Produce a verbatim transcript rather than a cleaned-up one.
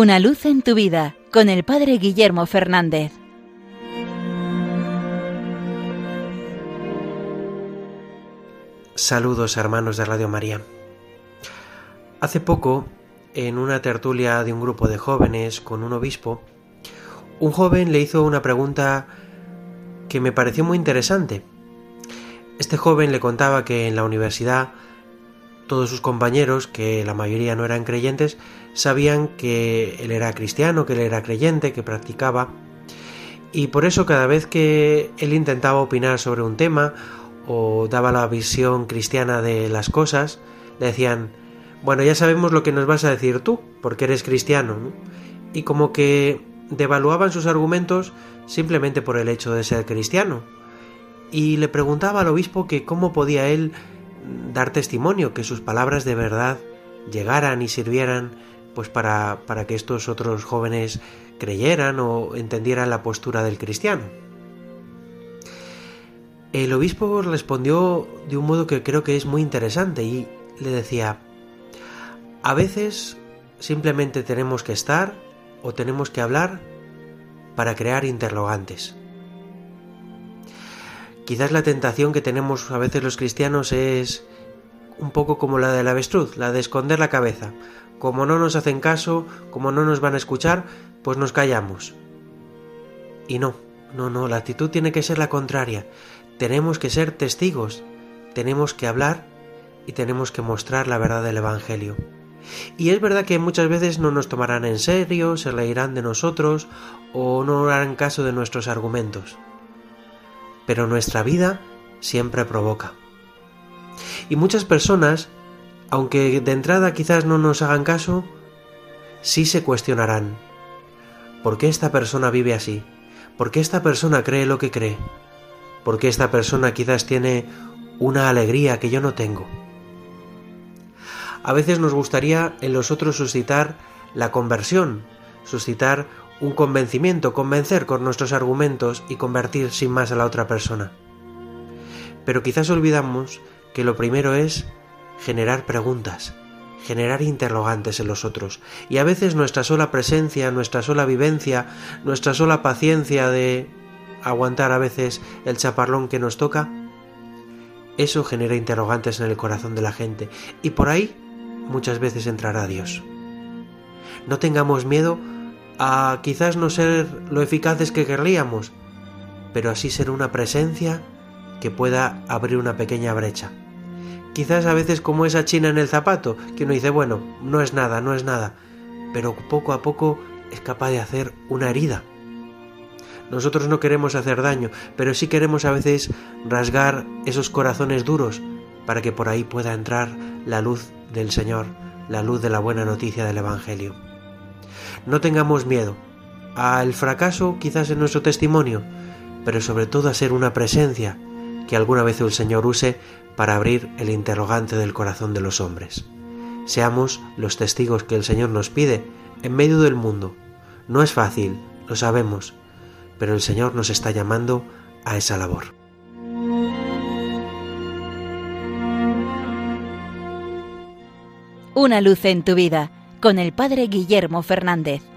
Una luz en tu vida, con el Padre Guillermo Fernández. Saludos, hermanos de Radio María. Hace poco, en una tertulia de un grupo de jóvenes con un obispo, un joven le hizo una pregunta que me pareció muy interesante. Este joven le contaba que en la universidad todos sus compañeros, que la mayoría no eran creyentes, sabían que él era cristiano, que él era creyente, que practicaba, y por eso cada vez que él intentaba opinar sobre un tema o daba la visión cristiana de las cosas, le decían: bueno, ya sabemos lo que nos vas a decir tú, porque eres cristiano, ¿no? Y como que devaluaban sus argumentos simplemente por el hecho de ser cristiano. Y le preguntaba al obispo que cómo podía él dar testimonio, que sus palabras de verdad llegaran y sirvieran pues para, para que estos otros jóvenes creyeran o entendieran la postura del cristiano. El obispo respondió de un modo que creo que es muy interesante y le decía: a veces simplemente tenemos que estar o tenemos que hablar para crear interrogantes. Quizás la tentación que tenemos a veces los cristianos es un poco como la del avestruz, la de esconder la cabeza. Como no nos hacen caso, como no nos van a escuchar, pues nos callamos. Y no, no, no, la actitud tiene que ser la contraria. Tenemos que ser testigos, tenemos que hablar y tenemos que mostrar la verdad del Evangelio. Y es verdad que muchas veces no nos tomarán en serio, se reirán de nosotros o no harán caso de nuestros argumentos. Pero nuestra vida siempre provoca. Y muchas personas, aunque de entrada quizás no nos hagan caso, sí se cuestionarán: ¿por qué esta persona vive así? ¿Por qué esta persona cree lo que cree? ¿Por qué esta persona quizás tiene una alegría que yo no tengo? A veces nos gustaría en los otros suscitar la conversión, suscitar un convencimiento, convencer con nuestros argumentos y convertir sin más a la otra persona. Pero quizás olvidamos que lo primero es generar preguntas, generar interrogantes en los otros. Y a veces nuestra sola presencia, nuestra sola vivencia, nuestra sola paciencia de aguantar a veces el chaparrón que nos toca, eso genera interrogantes en el corazón de la gente. Y por ahí muchas veces entrará Dios. No tengamos miedo a quizás no ser lo eficaces que querríamos, pero así ser una presencia que pueda abrir una pequeña brecha. Quizás a veces como esa china en el zapato, que uno dice, bueno, no es nada, no es nada, pero poco a poco es capaz de hacer una herida. Nosotros no queremos hacer daño, pero sí queremos a veces rasgar esos corazones duros para que por ahí pueda entrar la luz del Señor, la luz de la buena noticia del Evangelio. No tengamos miedo al fracaso quizás en nuestro testimonio, pero sobre todo a ser una presencia que alguna vez el Señor use para abrir el interrogante del corazón de los hombres. Seamos los testigos que el Señor nos pide en medio del mundo. No es fácil, lo sabemos, pero el Señor nos está llamando a esa labor. Una luz en tu vida, con el Padre Guillermo Fernández.